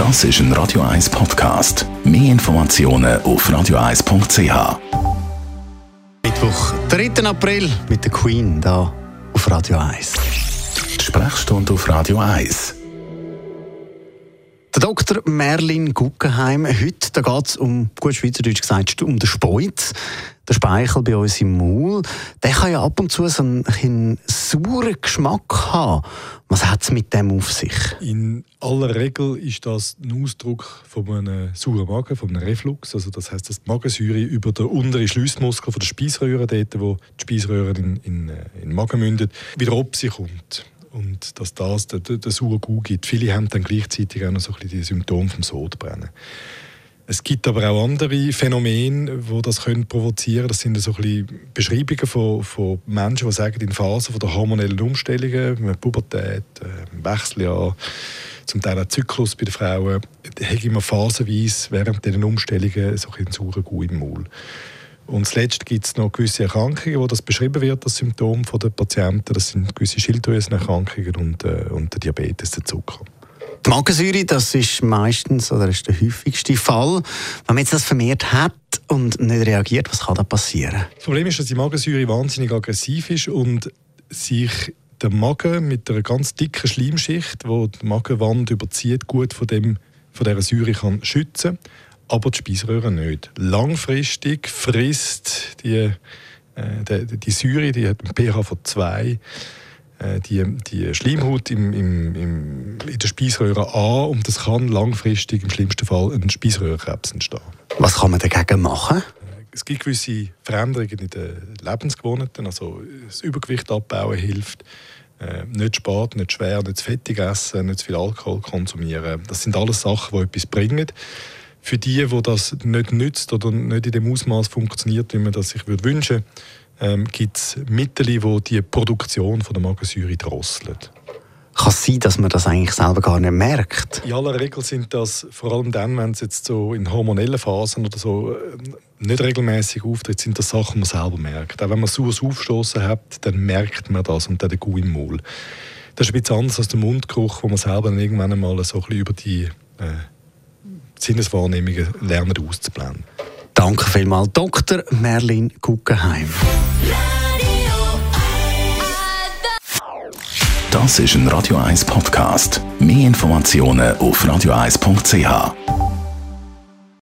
Das ist ein Radio 1 Podcast. Mehr Informationen auf radio1.ch. Mittwoch, 3. April mit der Queen da auf Radio 1. Die Sprechstunde auf Radio 1. Der Dr. Merlin Guggenheim. Heute geht es gut Schweizerdeutsch gesagt, um den Speuz. Der Speichel bei uns im Maul. Der kann ja ab und zu so einen sauren Geschmack haben. Was hat es mit dem auf sich? In aller Regel ist das ein Ausdruck von einem sauren Magen, von einem Reflux. Also das heisst, dass die Magensäure über den unteren Schliessmuskel von der Speiseröhre, dort wo die Speiseröhre in den Magen mündet, wieder ab sich kommt. Und dass das den sauren Gau gibt. Viele haben dann gleichzeitig auch noch so ein bisschen die Symptome vom Sodbrennen. Es gibt aber auch andere Phänomene, die das provozieren können. Das sind so ein bisschen Beschreibungen von Menschen, die sagen, in Phasen der hormonellen Umstellungen, Pubertät, Wechseljahr, zum Teil auch Zyklus bei den Frauen, haben immer phasenweise während dieser Umstellungen so ein sauren Gau im Maul. Und zuletzt gibt es noch gewisse Erkrankungen, wo das beschrieben wird, das Symptom der Patienten. Das sind gewisse Schilddrüsenerkrankungen und der Diabetes, der Zucker. Die Magensäure, das ist meistens oder ist der häufigste Fall. Wenn man jetzt das vermehrt hat und nicht reagiert, was kann da passieren? Das Problem ist, dass die Magensäure wahnsinnig aggressiv ist und sich der Magen mit einer ganz dicken Schleimschicht, die die Magenwand überzieht, gut von dieser Säure kann schützen, aber die Speiseröhre nicht. Langfristig frisst die Säure, die hat einen pH von 2, die Schleimhaut in der Speiseröhre an und das kann langfristig im schlimmsten Fall ein Speiseröhrenkrebs entstehen. Was kann man dagegen machen? Es gibt gewisse Veränderungen in den Lebensgewohnheiten, also das Übergewicht abbauen hilft, nicht spät, nicht schwer, nicht zu fettig essen, nicht zu viel Alkohol konsumieren. Das sind alles Sachen, die etwas bringen. Für die das nicht nützt oder nicht in dem Ausmaß funktioniert, wie man das sich wünschen würde, gibt es Mittel, die die Produktion von der Magensäure drosseln. Kann es sein, dass man das eigentlich selber gar nicht merkt? In aller Regel sind das vor allem dann, wenn es jetzt so in hormonellen Phasen oder so nicht regelmäßig auftritt, sind das Sachen, die man selber merkt. Auch wenn man saures Aufstoßen hat, dann merkt man das und dann den Gau im Maul. Das ist ein bisschen anders als der Mundgeruch, wo man selber dann irgendwann einmal so ein bisschen über die Sinneswahrnehmungen lernen auszublenden. Danke vielmals, Dr. Merlin Guggenheim. Das ist ein Radio 1 Podcast. Mehr Informationen auf radio1.ch.